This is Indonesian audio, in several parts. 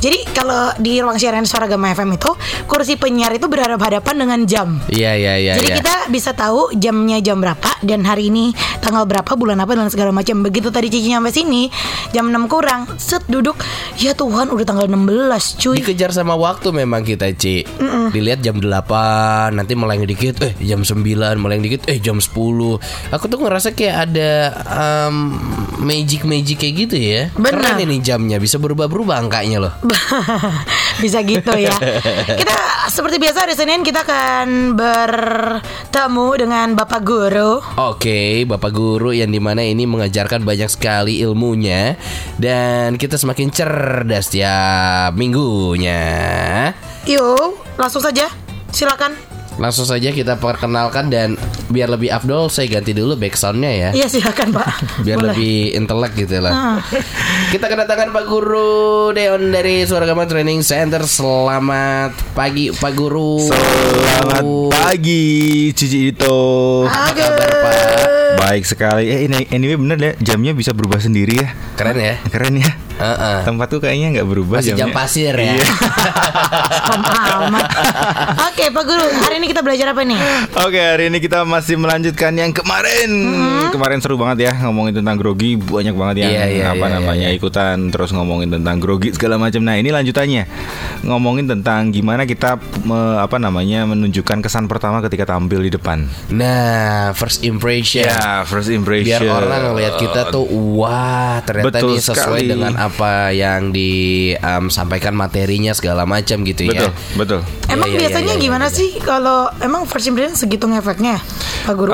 Jadi kalau di ruang siaran Suara Gema FM itu kursi penyiar itu berhadapan dengan jam. Iya. Jadi kita bisa tahu jamnya jam berapa dan hari ini tanggal berapa, bulan apa dan segala macam. Begitu tadi Cici nyampe sini jam 6 kurang, set duduk, ya Tuhan udah tanggal 16 cuy. Dikejar sama waktu memang kita, Ci. Dilihat jam 8, nanti meleng dikit jam 9, meleng dikit jam 10. Aku tuh ngerasa kayak ada magic kayak gitu ya. Benar. Keren ini jamnya, bisa berubah-berubah angkanya loh. Bisa gitu ya. Kita seperti biasa hari Senin kita akan bertemu dengan Bapak Guru. Oke, Bapak Guru yang dimana ini mengajarkan banyak sekali ilmunya. Dan kita semakin cerdas tiap minggunya. Yuk, langsung saja. Silakan. Langsung saja kita perkenalkan. Dan biar lebih afdol saya ganti dulu backsoundnya ya. Iya silakan Pak. Biar boleh. lebih intelek gitu lah. Kita kedatangan Pak Guru Deon dari Suara Gema Training Center. Selamat pagi Pak Guru. Selamat pagi Cici Ito. Apa kabar Pak? Baik sekali. Anyway bener ya, jamnya bisa berubah sendiri ya. Keren ya. Keren ya. Tempatku kayaknya nggak berubah. Masih jam pasir ya. Iya. Amat. Oke Pak Guru, hari ini kita belajar apa nih? Oke, hari ini kita masih melanjutkan yang kemarin. Kemarin seru banget ya, ngomongin tentang grogi. Banyak banget yang ikutan terus ngomongin tentang grogi segala macam. Nah, ini lanjutannya. Ngomongin tentang gimana kita menunjukkan kesan pertama ketika tampil di depan. Nah, first impression. Ya, first impression. Biar orang ngelihat kita tuh wah, ternyata betul ini sesuai sekali dengan apa yang disampaikan materinya segala macam gitu ya. Betul. Emang biasanya gimana sih kalau emang first impression segitu ngefeknya, Pak Guru?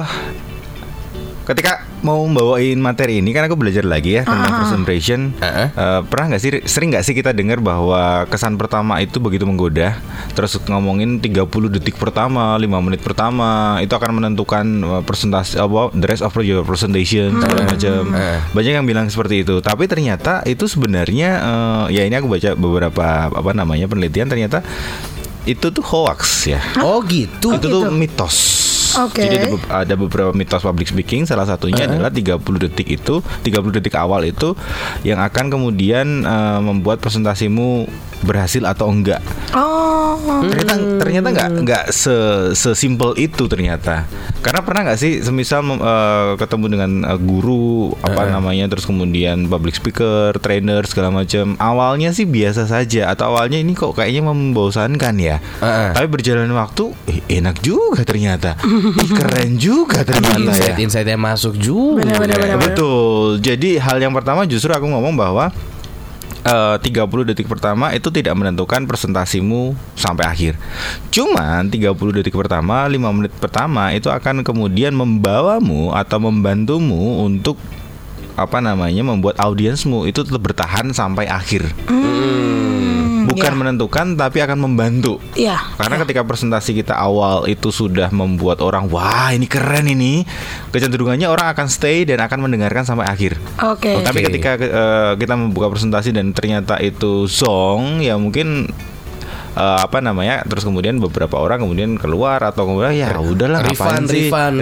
Ketika mau membawain materi ini kan aku belajar lagi ya tentang first impression. Pernah nggak sih, sering nggak sih kita dengar bahwa kesan pertama itu begitu menggoda. Terus ngomongin 30 detik pertama, 5 menit pertama itu akan menentukan presentasi the rest of your presentation segala macam. Banyak yang bilang seperti itu. Tapi ternyata itu sebenarnya ya ini aku baca beberapa penelitian, ternyata itu tuh hoax ya. Oh gitu. Itu tuh mitos. Okay. Jadi ada beberapa mitos public speaking. Salah satunya adalah 30 detik awal itu yang akan kemudian membuat presentasimu berhasil atau enggak. Ternyata enggak sesimpel itu ternyata. Karena pernah nggak sih semisal ketemu dengan guru terus kemudian public speaker, trainer segala macam. Awalnya sih biasa saja atau awalnya ini kok kayaknya membosankan ya. Tapi berjalan waktu enak juga ternyata. Keren juga ternyata ya. Insight-nya masuk juga. Benar. Betul. Jadi hal yang pertama justru aku ngomong bahwa 30 detik pertama itu tidak menentukan presentasimu sampai akhir. Cuman 30 detik pertama, 5 menit pertama itu akan kemudian membawamu atau membantumu untuk membuat audiensmu itu tetap bertahan sampai akhir. Bukan menentukan tapi akan membantu. Iya. Karena ketika presentasi kita awal itu sudah membuat orang wah ini keren ini, kecenderungannya orang akan stay dan akan mendengarkan sampai akhir. Oke. Tapi ketika kita membuka presentasi dan ternyata itu song, ya mungkin terus kemudian beberapa orang kemudian keluar atau kemudian ya udahlah ngapain sih refund.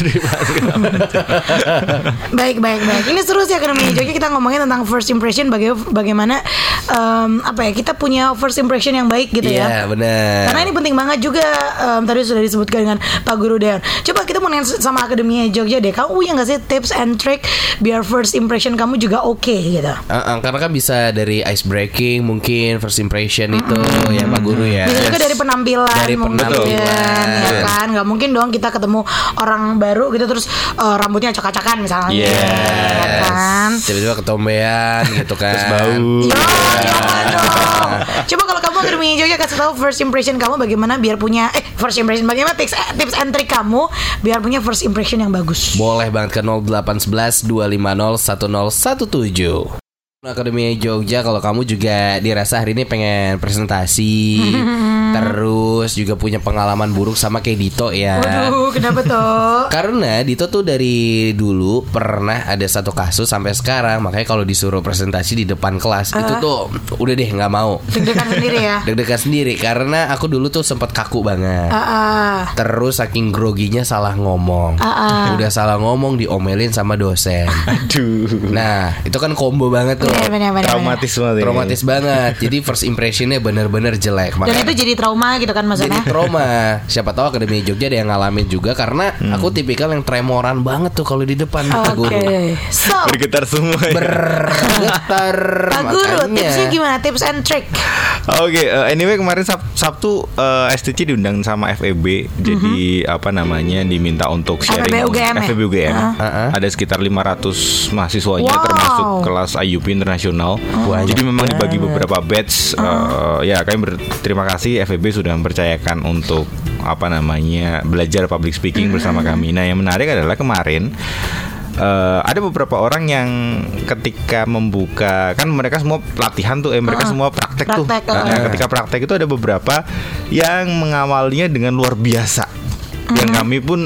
Baik. Ini seru sih Akademi Jogja, kita ngomongin tentang first impression, bagaimana kita punya first impression yang baik gitu ya. Iya benar. Karena ini penting banget juga. Tadi sudah disebutkan dengan Pak Guru Deon. Coba kita mau nanya sama Akademi Jogja deh, kamu punya nggak sih tips and trick biar first impression kamu juga oke gitu? Karena kan bisa dari ice breaking mungkin first impression itu ya Pak Guru ya. Bisa juga dari penampilan. Ya kan, nggak mungkin dong kita ketemu orang baru gitu terus rambutnya acak-acakan misalnya. Ya kan? Tiba-tiba ketombean gitu kan. Terus bau. Dong. Coba kalau kamu Akademi Jogja kasih tahu first impression kamu bagaimana biar punya bagaimana tips and trick kamu biar punya first impression yang bagus. Boleh banget ke 0811 250 1017. Akademi Jogja, kalau kamu juga dirasa hari ini pengen presentasi terus juga punya pengalaman buruk sama kayak Dito ya. Waduh, kenapa tuh? Karena Dito tuh dari dulu pernah ada satu kasus sampai sekarang, makanya kalau disuruh presentasi di depan kelas itu tuh udah deh nggak mau. Deg-degan sendiri ya. Deg-degan sendiri karena aku dulu tuh sempat kaku banget. Terus saking groginya salah ngomong. Udah salah ngomong diomelin sama dosen. Aduh. Nah itu kan combo banget tuh. Benar. Traumatis banget. Jadi first impressionnya benar-benar jelek. Dan itu jadi trauma gitu kan maksudnya. Jadi trauma. Siapa tahu Akademi Jogja ada yang ngalamin juga karena aku tipikal yang tremoran banget tuh kalau di depan Pak Guru. So, bergetar semua. Bergetar. Pak Guru, tipsnya gimana? Tips and trick. Oke, anyway kemarin Sabtu STC diundang sama FEB. Jadi apa namanya diminta untuk sharing FEB UGM. Ada sekitar 500 mahasiswanya termasuk kelas IUP internasional. Jadi memang dibagi beberapa batch. Ya kami berterima kasih FEB sudah mempercayakan untuk apa namanya belajar public speaking bersama kami. Nah yang menarik adalah kemarin ada beberapa orang yang ketika membuka kan mereka semua latihan tuh mereka semua praktek tuh. Nah, ketika praktek itu ada beberapa yang mengawalnya dengan luar biasa. Yang kami pun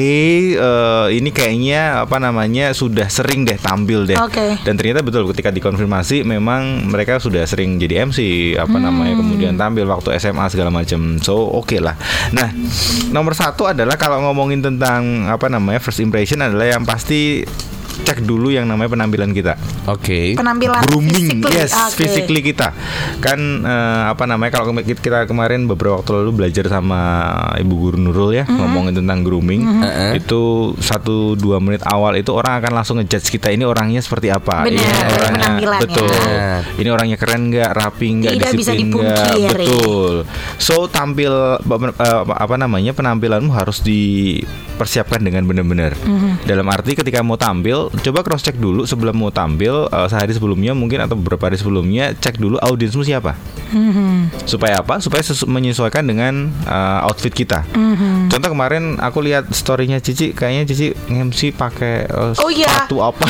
ini kayaknya apa namanya sudah sering deh tampil deh. Dan ternyata betul ketika dikonfirmasi memang mereka sudah sering jadi MC apa namanya kemudian tampil waktu SMA segala macam. So lah. Nah nomor satu adalah kalau ngomongin tentang apa namanya first impression adalah yang pasti cek dulu yang namanya penampilan kita. Penampilan grooming, physically kita. Kan apa namanya kalau kita kemarin beberapa waktu lalu belajar sama Ibu Guru Nurul ya ngomongin tentang grooming. Itu 1-2 menit awal itu orang akan langsung ngejudge kita ini orangnya seperti apa. Betul. Ini orangnya keren nggak, rapi nggak, disiplin nggak. Betul. So tampil apa namanya penampilanmu harus dipersiapkan dengan benar-benar. Dalam arti ketika mau tampil coba cross check dulu sebelum mau tampil sehari sebelumnya mungkin atau beberapa hari sebelumnya cek dulu audiensmu siapa. Supaya apa? Supaya menyesuaikan dengan outfit kita. Contoh kemarin aku lihat story-nya Cici, kayaknya Cici MC pakai sepatu apa?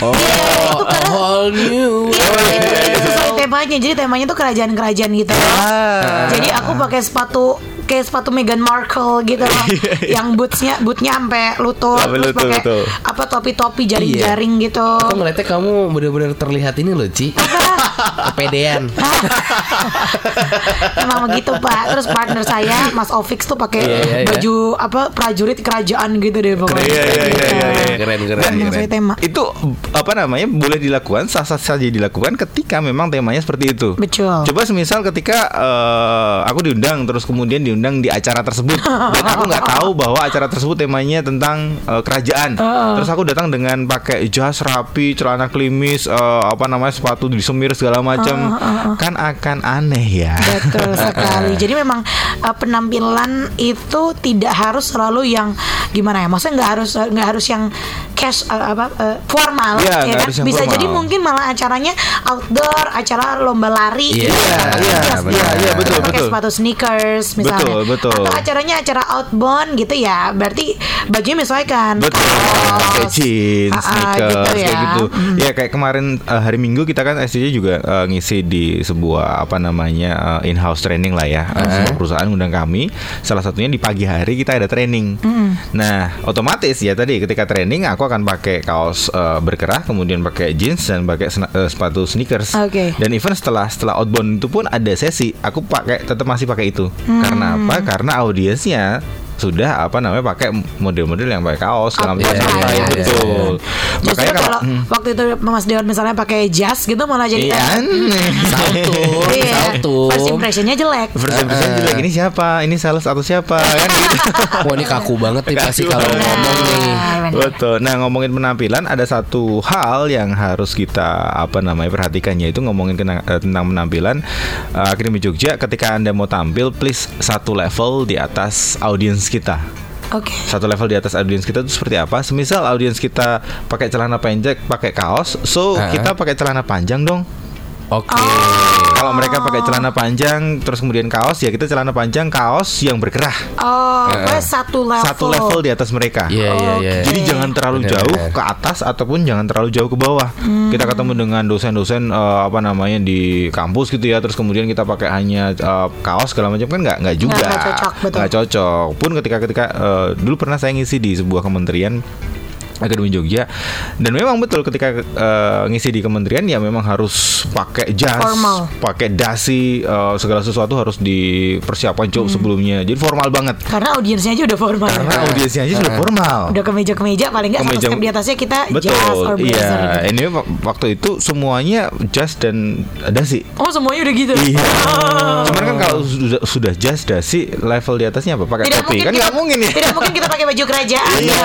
All new. Itu sesuai temanya. Jadi temanya tuh kerajaan-kerajaan gitu. Jadi aku pakai sepatu kayak sepatu Meghan Markle gitu loh. Yang bootnya sampai lutut, terus pakai apa topi-topi jaring-jaring gitu. Aku ngeliatnya kamu benar-benar terlihat ini loh, Ci. Kepedean. Emang begitu Pak. Terus partner saya Mas Ovix tuh pakai baju apa prajurit kerajaan gitu deh pokoknya. Keren. Tema. Itu apa namanya boleh dilakukan, sah-sah saja dilakukan ketika memang temanya seperti itu. Betul. Coba semisal ketika aku diundang terus kemudian diundang di acara tersebut dan aku nggak tahu bahwa acara tersebut temanya tentang kerajaan. Terus aku datang dengan pakai jas rapi, celana klimis, apa namanya sepatu disemir segala macam, kan akan aneh ya. Betul sekali. Jadi memang penampilan itu tidak harus selalu yang gimana ya? Maksudnya nggak harus yang cash formal, ya kan? Bisa formal. Jadi mungkin malah acaranya outdoor, acara lomba lari, betul. Pakai sepatu sneakers misalnya. Betul. Atau acaranya acara outbound gitu ya, berarti bajunya menyesuaikan. Betul. Pakai jeans, sneakers, gitu ya. kayak gitu. Ya kayak kemarin hari Minggu kita kan SCJ juga ngisi di sebuah apa namanya in-house training lah ya. Sebuah perusahaan undang kami. Salah satunya di pagi hari kita ada training. Nah, otomatis ya tadi ketika training aku akan pakai kaos berkerah, kemudian pakai jeans dan pakai sepatu sneakers. Dan even setelah outbound itu pun ada sesi, aku tetap masih pakai itu. Karena apa? Karena audiensnya sudah apa namanya pakai model-model yang pakai kaos segala macam betul. Justru makanya kalau waktu itu Mas Dewan misalnya pakai jas gitu malah jadi salto. First impressionnya jelek. Ini siapa? Ini sales atau siapa? Kan gitu. Wah ini kaku banget nih pasti kalau ngomong nih. Betul. Nah ngomongin penampilan ada satu hal yang harus kita apa namanya perhatikan, yaitu ngomongin tentang penampilan. Akademi Jogja ketika Anda mau tampil please satu level di atas audiens kita. Satu level di atas audiens kita itu seperti apa? Semisal audiens kita pakai celana pendek, pakai kaos, so kita pakai celana panjang dong. Kalau mereka pakai celana panjang terus kemudian kaos, ya kita celana panjang kaos yang berkerah. Satu level di atas mereka. Jadi jangan terlalu jauh ke atas ataupun jangan terlalu jauh ke bawah. Kita ketemu dengan dosen-dosen apa namanya di kampus gitu ya, terus kemudian kita pakai hanya kaos segala macam kan nggak juga. Nggak cocok. Pun ketika dulu pernah saya ngisi di sebuah kementerian Akademi Jogja. Dan memang betul ketika ngisi di kementerian ya memang harus pakai jas, pakai dasi, segala sesuatu harus dipersiapkan jauh sebelumnya. Jadi formal banget. Karena audiensnya aja udah formal. Karena audiensnya aja sudah formal. Udah kemeja paling nggak satu step di atasnya kita jas or blazer. Iya, ini waktu itu semuanya jas dan dasi. Oh, semuanya udah gitu. Iya. Cuman kan kalau sudah jas dasi, level di atasnya apa? Pakai topi. Kan nggak mungkin ya. Tidak mungkin kita pakai baju kerajaan. Iya.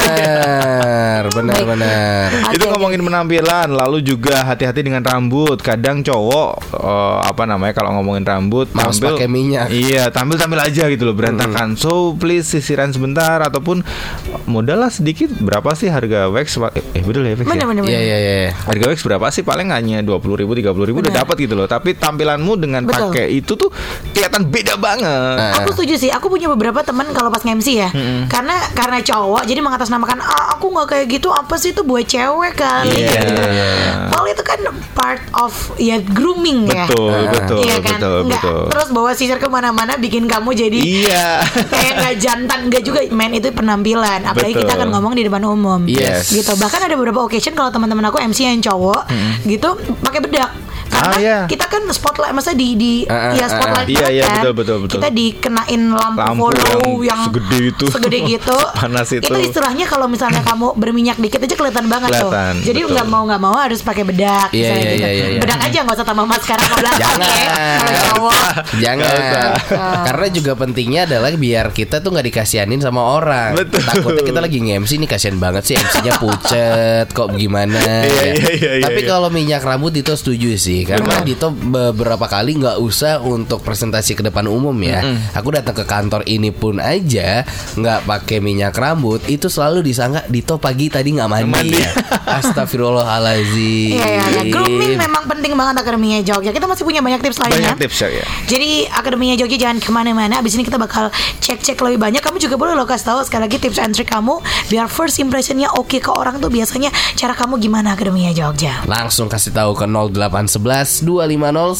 Benar. Itu ngomongin penampilan, lalu juga hati-hati dengan rambut. Kadang cowok kalau ngomongin rambut Mas tampil pakai minyak. Iya, tampil aja gitu loh, berantakan. So please sisiran sebentar ataupun modal lah sedikit. Berapa sih harga wax? Betul ya wax? Bener. Iya. Harga wax berapa sih? Paling hanya 20.000, 30.000 udah dapat gitu loh. Tapi tampilanmu dengan pakai itu tuh kelihatan beda banget. Aku setuju sih. Aku punya beberapa teman kalau pas nge-MC ya. Karena cowok jadi mengatasnamakan aku nggak kayak gitu, apa sih itu buat cewek kali. Kalau itu kan part of grooming ya. Betul. Terus bawa sisir kemana-mana bikin kamu jadi kayak nggak jantan. Nggak juga, men, itu penampilan. Apalagi kita akan ngomong di depan umum. Gitu. Bahkan ada beberapa occasion kalau teman-teman aku MC yang cowok gitu pakai bedak. Karena kita kan spotlight, masa di spotlight kan. Betul. Kita dikenain lampu follow yang segede gitu. Panas itu. Itu istilahnya kalau misalnya kamu berminyak dikit aja kelihatan banget tuh. Jadi nggak mau harus pakai bedak. Bedak aja, nggak usah tambah maskara ke belakang ya. Kalau cowok jangan. Karena juga pentingnya adalah biar kita tuh nggak dikasihanin sama orang. Takutnya kita lagi nge-MC nih, kasihan banget sih MC-nya pucet kok gimana. Tapi kalau minyak rambut itu setuju sih. Karena Dito beberapa kali nggak usah untuk presentasi ke depan umum ya. Aku datang ke kantor ini pun aja nggak pakai minyak rambut, itu selalu disangka Dito pagi tadi nggak mandi. Astagfirullahaladzim. Grooming memang penting banget Akademinya Jogja. Kita masih punya banyak tips lainnya. Jadi Akademinya Jogja jangan kemana-mana. Abis ini kita bakal cek lebih banyak. Kamu juga boleh lo kasih tahu sekali lagi tips and trick kamu biar first impressionnya oke ke orang tuh biasanya cara kamu gimana Akademinya Jogja. Langsung kasih tahu ke 0811 250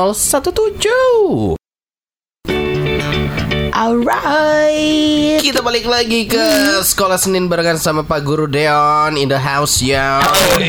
1017. Alright, kita balik lagi ke Sekolah Senin barengan sama Pak Guru Deon in the house ya.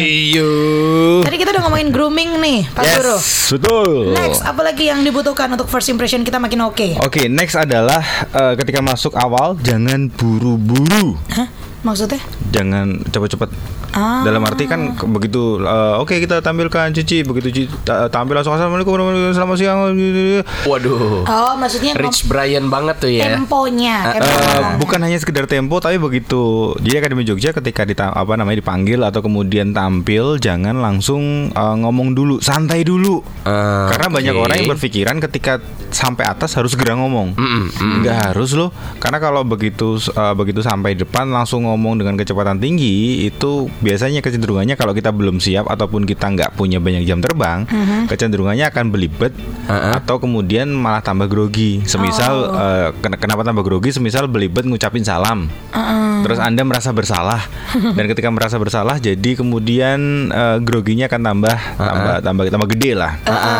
Tadi kita udah ngomongin grooming nih, Pak Guru. Betul. Next, apa lagi yang dibutuhkan untuk first impression kita makin oke? Oke, next adalah ketika masuk awal jangan buru-buru. Hah? Maksudnya? Jangan cepat-cepat. Dalam arti kan begitu oke, kita tampilkan Cici, begitu tampil langsung assalamualaikum selamat siang. Waduh. Oh, maksudnya Rich Brian banget tuh ya. Temponya. Bukan hanya sekedar tempo, tapi begitu. Jadi Akademi Jogja ketika dipanggil atau kemudian tampil, jangan langsung ngomong dulu, santai dulu. Karena banyak orang yang berpikiran ketika sampai atas harus segera ngomong. Nggak harus loh. Karena kalau begitu sampai depan langsung ngomong dengan kecepatan tinggi, itu biasanya kecenderungannya kalau kita belum siap ataupun kita nggak punya banyak jam terbang, kecenderungannya akan belibet atau kemudian malah tambah grogi. Semisal kenapa tambah grogi? Semisal belibet ngucapin salam, terus Anda merasa bersalah, dan ketika merasa bersalah, jadi kemudian groginya akan tambah gede lah.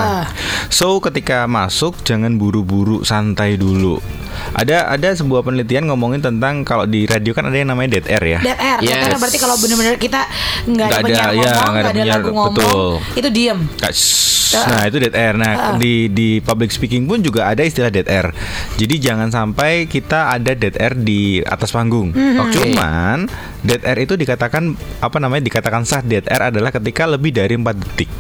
So ketika masuk jangan buru-buru, santai dulu. Ada sebuah penelitian ngomongin tentang kalau di radio kan ada yang namanya dead air ya. Dead air, yes. Berarti kalau benar-benar kita nggak ada penyiar ngomong, nggak ada lagu ngomong, itu diem. Nah itu dead air. Nah di public speaking pun juga ada istilah dead air. Jadi jangan sampai kita ada dead air di atas panggung. Cuman dead air itu dikatakan sah dead air adalah ketika lebih dari 4 detik.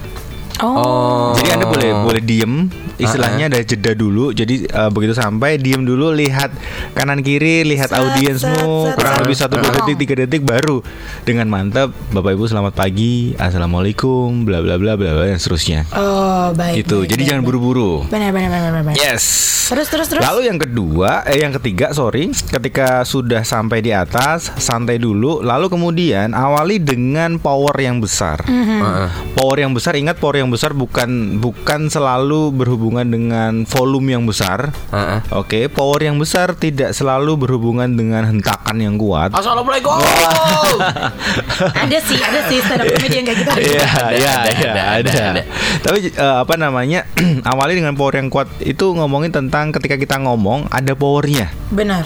Jadi Anda boleh diem, istilahnya ada jeda dulu. Jadi begitu sampai diem dulu, lihat kanan kiri, lihat audiensmu kurang lebih 1-2 detik, 3 detik, baru dengan mantap Bapak Ibu selamat pagi, assalamualaikum, bla bla bla bla dan seterusnya. Baik. Gitu. Jadi jangan buru-buru. Benar. Yes. Terus. Lalu yang ketiga, ketika sudah sampai di atas, santai dulu. Lalu kemudian awali dengan power yang besar. Power yang besar, ingat power yang besar bukan selalu berhubungan dengan volume yang besar. Oke, power yang besar tidak selalu berhubungan dengan hentakan yang kuat. Assalamualaikum. Ada sih stand up comedy yang kayak gitu. Iya, ada. Tapi awali dengan power yang kuat itu ngomongin tentang ketika kita ngomong ada powernya. Benar.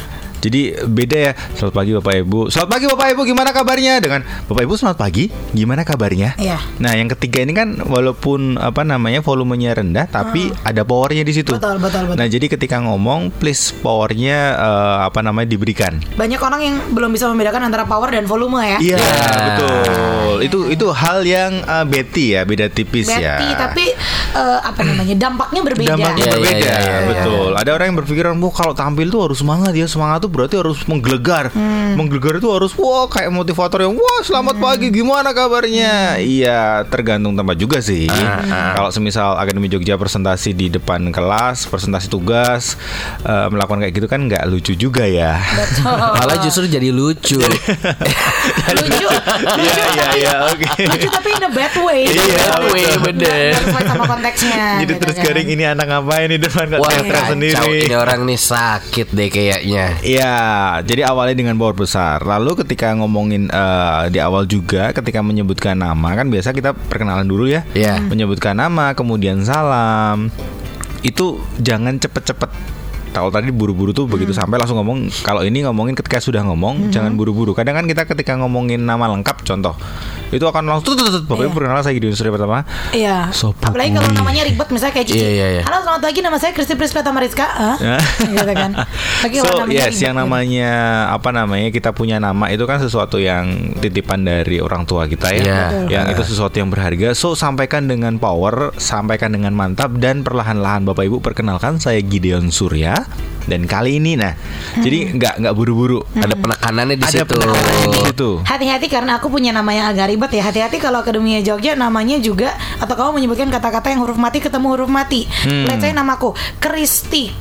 Jadi beda ya. Selamat pagi Bapak Ibu. Selamat pagi Bapak Ibu, gimana kabarnya? Dengan Bapak Ibu selamat pagi, gimana kabarnya? Iya. Nah, yang ketiga ini kan walaupun volumenya rendah tapi ada powernya di situ. Betul. Nah, jadi ketika ngomong please powernya diberikan. Banyak orang yang belum bisa membedakan antara power dan volume ya. Iya, betul. Itu hal yang beda tipis ya. Tapi dampaknya berbeda. Betul. Ada orang yang berpikiran, kalau tampil tuh harus semangat ya. Semangat tuh berarti harus menggelegar. Menggelegar itu harus kayak motivator yang selamat pagi, gimana kabarnya? Iya, tergantung tempat juga sih. Kalau semisal Akademi Jogja presentasi di depan kelas, presentasi tugas, melakukan kayak gitu kan nggak lucu juga ya. Betul. Malah justru jadi lucu. Lucu. Iya, oke. Lucu tapi in a bad way. Iya, bener. Sesuai sama konteksnya. Jadi terus garing ini anak ngapain di depan konten sendiri. Ini orang nih sakit deh kayaknya. Iya, jadi awalnya dengan power besar. Lalu ketika ngomongin di awal juga, ketika menyebutkan nama kan biasa kita perkenalan dulu ya. Iya. Menyebutkan nama, kemudian salam. Itu jangan cepet-cepet. Kalau tadi buru-buru tuh begitu sampai langsung ngomong. Kalau ini ngomongin ketika sudah ngomong, jangan buru-buru. Kadang kan kita ketika ngomongin nama lengkap, contoh itu akan langsung pokoknya perkenalan saya Gideon Surya pertama. Iya. Apalagi kalau namanya ribet, misalnya kayak Cici. Iya. Halo, selamat pagi, nama saya Kristi Priska Tamariska. Gitu kan. Yang namanya kita punya nama itu kan sesuatu yang titipan dari orang tua kita ya. Yang itu sesuatu yang berharga. So sampaikan dengan power, sampaikan dengan mantap, dan perlahan-lahan Bapak Ibu perkenalkan saya Gideon Surya. Dan kali ini jadi nggak buru-buru. Ada penekanannya di situ. Hati-hati karena aku punya nama yang agak ribet ya. Hati-hati kalau Akademi Jogja namanya juga, atau kamu menyebutkan kata-kata yang huruf mati ketemu huruf mati. Let's say namaku Kristi,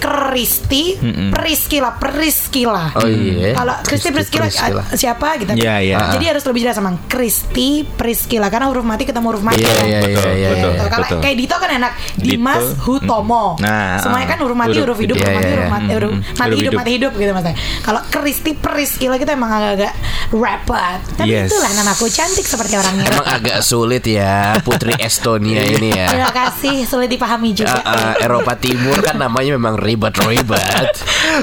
Periskila. Oh iya. Kalau Kristi Periskila siapa gitu. Iya. Jadi harus lebih jelas sama Kristi Periskila karena huruf mati ketemu huruf mati. Betul. Kalau kayak Dito kan enak, Dimas Hutomo. Semuanya kan huruf mati, huruf hidup, mati hidup gitu mas. Kalau Kristi Periskila kita emang agak-agak rapet. Tapi itulah namaku, cantik seperti orangnya. Emang agak sulit ya Putri Estonia ini ya. Terima kasih, sulit dipahami juga. Eropa Timur kan namanya memang ribet.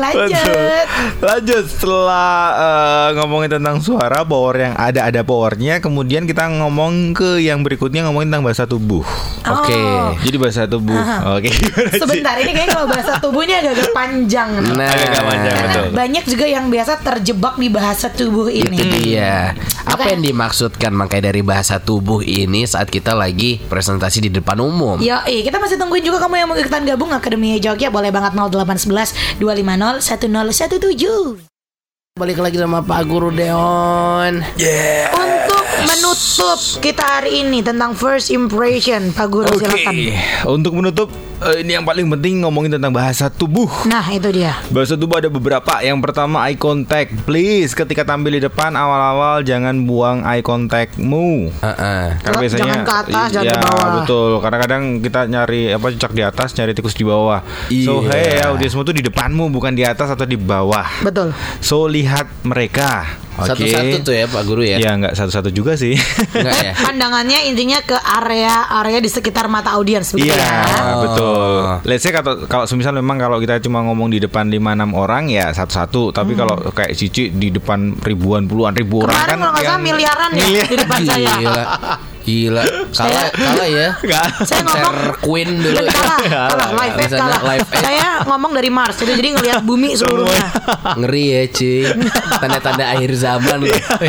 Lanjut setelah ngomongin tentang suara, power yang ada powernya. Kemudian kita ngomong ke yang berikutnya, ngomongin tentang bahasa tubuh. Oke. Jadi bahasa tubuh. Oke. Sebentar, ini kayaknya kalau bahasa tubuhnya agak panjang. Agak panjang, betul. Banyak juga yang biasa terjebak di bahasa tubuh ini. Itu dia. Apa yang dimaksudkan makanya dari bahasa tubuh ini saat kita lagi presentasi di depan umum? Kita masih tungguin juga kamu yang mau ikutan gabung Akademi Jogja. Boleh banget 0811 250 1017. Balik lagi sama Pak Guru Deon. Untuk menutup kita hari ini tentang first impression, Pak Guru silakan. Untuk menutup ini yang paling penting ngomongin tentang bahasa tubuh. Nah, itu dia. Bahasa tubuh ada beberapa. Yang pertama eye contact. Please ketika tampil di depan awal-awal jangan buang eye contactmu. Karena biasanya jangan ke atas, jangan ke bawah. Betul. Kadang-kadang kita nyari cicak di atas, nyari tikus di bawah. So audiensmu tuh di depanmu, bukan di atas atau di bawah. Betul. So lihat mereka. Satu-satu tuh ya Pak Guru ya. Ya nggak satu-satu juga sih. Enggak ya. Pandangannya intinya ke area di sekitar mata audiens begitu ya. Betul. Let's say kalau semisal memang kalau kita cuma ngomong di depan 5-6 orang ya satu-satu. Tapi kalau kayak Cici di depan ribuan puluhan ribu orang kan. Kemarin kalau nggak salah miliaran ya di depan saya. Gila. Kalah ya. Saya ngomong Queen dulu. Kalah live. Saya ngomong dari Mars. Jadi ngelihat bumi seluruhnya. Ngeri ya, Ci. Tanda-tanda akhir zaman.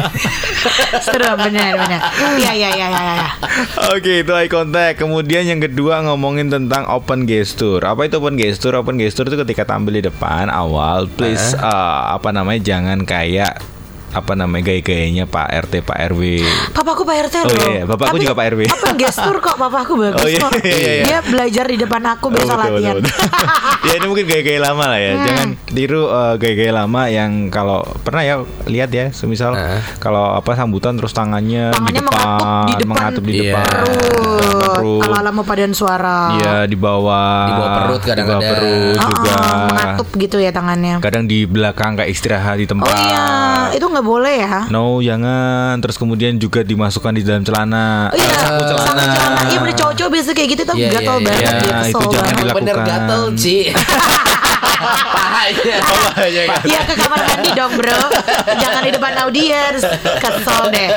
Seru benar. Iya. Oke, itu eye contact. Kemudian yang kedua ngomongin tentang open gesture. Apa itu open gesture? Open gesture itu ketika tampil di depan awal, please jangan kayak gaya-gayanya Pak RT, Pak RW. Papaku Pak RT loh. Iya, bapakku juga Pak RW. Apa gestur kok papaku bagus kok. Iya. Dia belajar di depan aku biasa latihan. Ya ini mungkin gaya-gaya lama lah ya. Jangan tiru gaya-gaya lama yang kalau pernah ya lihat ya, semisal kalau sambutan terus tangannya di depan, mengatup di depan. Perut. Ala-ala mau paduan suara. Iya, di bawah perut kadang-kadang. Di bawah perut juga. Mengatup gitu ya tangannya. Kadang di belakang kayak istirahat di tempat. Oh iya, itu nggak boleh ya. No, jangan. Terus kemudian juga dimasukkan di dalam celana. Saku celana. Iya, bener cowok-cowok biasa kayak gitu tuh gatel banget. Itu jangan dilakukan. Bener gatel, Ci. Pahanya. Ya ke kamar mandi dong bro. Jangan di depan audiens. Kesel deh.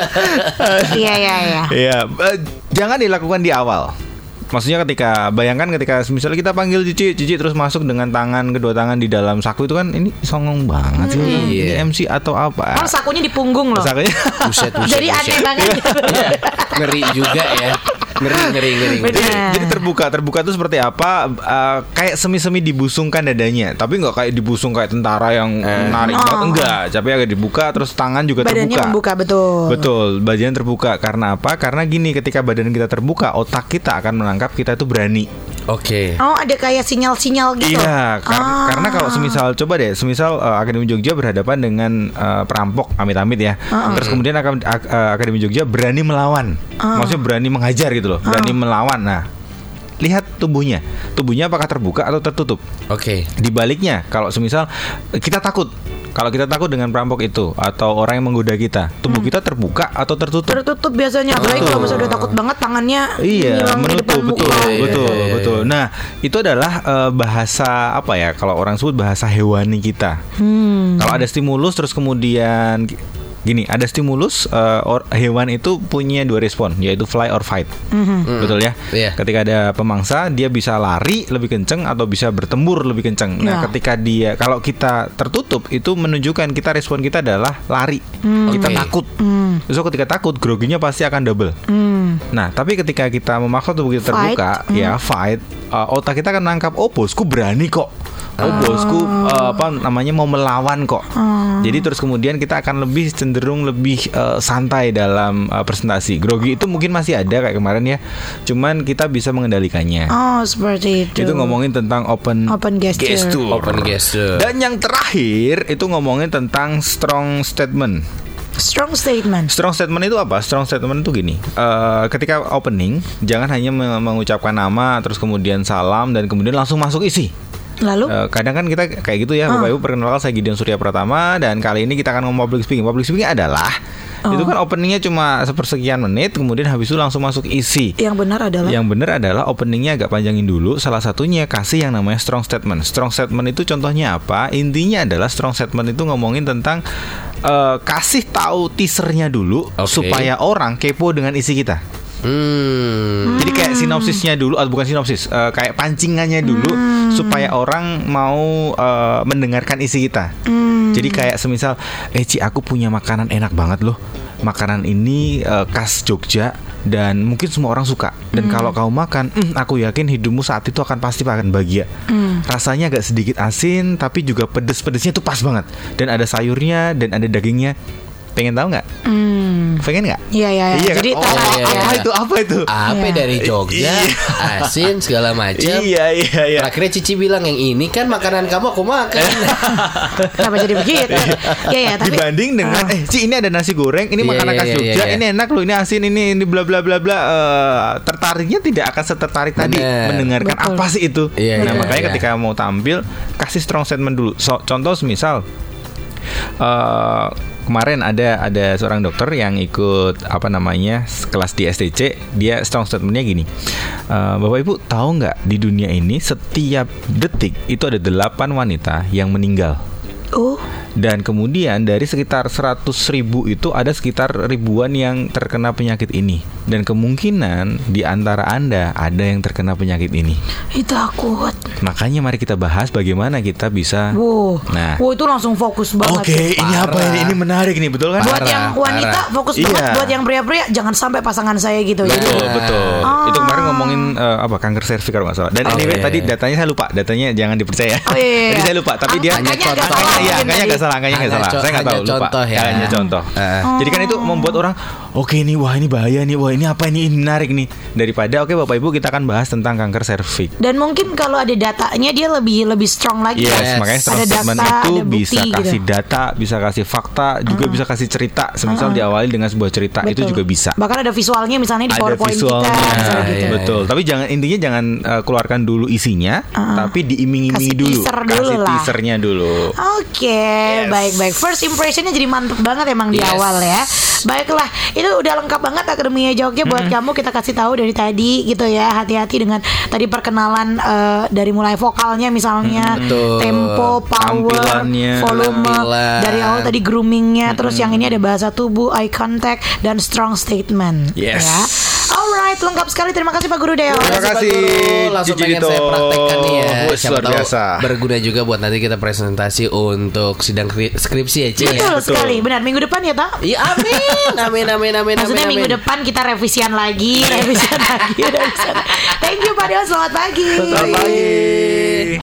Iya. Iya, jangan dilakukan di awal. Maksudnya bayangkan ketika misalnya kita panggil Cici terus masuk dengan kedua tangan di dalam saku itu kan ini songong banget sih. Ini MC atau apa? Oh, sakunya di punggung loh. Sakunya. Buset. Jadi aneh banget. Ngeri juga ya. Ngeri. Jadi terbuka itu seperti apa? Kayak semi dibusungkan dadanya, tapi nggak kayak dibusung kayak tentara yang narik banget, enggak. Tapi agak dibuka, terus tangan juga badannya terbuka. Membuka, betul. Badan terbuka karena apa? Karena gini, ketika badan kita terbuka, otak kita akan menangkap kita itu berani. Oke. Oh, ada kayak sinyal-sinyal gitu. Iya, karena kalau coba deh, Akademi Jogja berhadapan dengan perampok, amit-amit ya. Terus kemudian Akademi Jogja berani melawan. Maksudnya berani menghajar gitu loh, berani melawan. Nah, lihat tubuhnya apakah terbuka atau tertutup. Oke. Dibaliknya, kalau kita takut. Kalau kita takut dengan perampok itu atau orang yang menggoda kita, tubuh kita terbuka atau tertutup? Tertutup biasanya. Apalagi kalau misalnya udah takut banget, tangannya menutup. Betul. Nah, itu adalah bahasa apa ya? Kalau orang sebut bahasa hewani kita. Kalau ada stimulus terus kemudian gini, ada stimulus, hewan itu punya dua respon, yaitu fly or fight. Betul ya? Yeah. Ketika ada pemangsa, dia bisa lari lebih kenceng atau bisa bertempur lebih kenceng. Nah, ketika kalau kita tertutup, itu menunjukkan respon kita adalah lari. Kita takut. So ketika takut, groginya pasti akan double. Nah, tapi ketika kita memaksa tubuh kita terbuka, fight, otak kita akan nangkap, bosku berani kok. Bosku mau melawan kok. Jadi terus kemudian kita akan cenderung lebih santai dalam presentasi. Grogi itu mungkin masih ada kayak kemarin ya. Cuman kita bisa mengendalikannya. Oh, seperti itu. Itu ngomongin tentang open gesture. Open gesture. Dan yang terakhir itu ngomongin tentang strong statement. Strong statement itu apa? Strong statement itu gini. Ketika opening, jangan hanya mengucapkan nama terus kemudian salam dan kemudian langsung masuk isi. Lalu kadang kan kita kayak gitu ya, Bapak Ibu, perkenalkan saya Gideon Surya Pratama dan kali ini kita akan ngomong public speaking. Public speaking adalah itu kan openingnya cuma sepersekian menit, kemudian habis itu langsung masuk isi. Yang benar adalah openingnya agak panjangin dulu. Salah satunya kasih yang namanya strong statement. Strong statement itu contohnya apa? Intinya adalah strong statement itu ngomongin tentang kasih tahu teasernya dulu supaya orang kepo dengan isi kita. Jadi kayak sinopsisnya dulu, bukan sinopsis, kayak pancingannya dulu supaya orang mau mendengarkan isi kita. Jadi kayak semisal, Ci, aku punya makanan enak banget loh. Makanan ini khas Jogja dan mungkin semua orang suka. Dan kalau kau makan, aku yakin hidupmu saat itu pasti akan bahagia. Rasanya agak sedikit asin, tapi juga pedes-pedesnya tuh pas banget. Dan ada sayurnya dan ada dagingnya. Pengen tahu nggak? Pengen nggak? Iya. Jadi apa itu? Apa dari Jogja, asin segala macam. Iya. Akhirnya Cici bilang yang ini kan makanan kamu, aku makan. Kenapa jadi begitu? Iya. Tapi dibanding dengan, Ci, ini ada nasi goreng, ini makanan khas Jogja, ini enak loh, ini asin, ini bla bla bla bla. Tertariknya tidak akan setertarik tadi mendengarkan apa sih itu. Nah, makanya ketika mau tampil kasih strong statement dulu. Contoh misal. Kemarin ada seorang dokter yang ikut kelas di STC. Dia strong statementnya gini, Bapak Ibu tahu nggak, di dunia ini setiap detik itu ada 8 wanita yang meninggal. Dan kemudian dari sekitar 100.000 itu ada sekitar ribuan yang terkena penyakit ini. Dan kemungkinan di antara Anda ada yang terkena penyakit ini. Itu takut. Makanya mari kita bahas bagaimana kita bisa. Itu langsung fokus banget. Ini apa ini? Ini menarik nih, betul kan? Buat yang wanita fokus banget. Buat yang pria-pria jangan sampai pasangan saya gitu. Betul. Itu kemarin ngomongin kanker serviks kalau nggak salah. Dan anyway tadi datanya saya lupa. Datanya jangan dipercaya. Jadi saya lupa. Tapi dia angkanya nggak salah. Saya nggak tahu, lupa. Hanya contoh. Jadi kan itu membuat orang ini wah ini bahaya nih, wah ini apa ini menarik nih. Daripada Bapak Ibu kita akan bahas tentang kanker serviks. Dan mungkin kalau ada datanya dia lebih strong lagi. Makanya strong statement itu bisa kasih data, bisa kasih fakta, juga bisa kasih cerita. Semisal diawali dengan sebuah cerita. Betul. Itu juga bisa. Bahkan ada visualnya misalnya di PowerPoint kita. Betul. Tapi intinya jangan keluarkan dulu isinya, tapi diiming-imingi dulu. Kasih teasernya dulu. Baik. First impressionnya jadi mantep banget emang di awal ya. Baiklah, itu udah lengkap banget Akademia Jogja buat kamu. Kita kasih tahu dari tadi gitu ya. Hati-hati dengan tadi perkenalan dari mulai vokalnya misalnya, tempo, power, volume, dari awal tadi groomingnya, terus yang ini ada bahasa tubuh, eye contact, dan strong statement. Yes. Ya. Alright, lengkap sekali. Terima kasih Pak Guru Deo. Terima kasih Pak Guru. Langsung pengen saya praktekkan nih ya. Siapa tahu berguna juga buat nanti kita presentasi untuk sidang skripsi ya, Ci. Betul sekali. Benar, minggu depan ya, Toh? Iya, amin. Maksudnya minggu depan kita revisian lagi. Thank you Pak Deo, selamat pagi. Selamat pagi.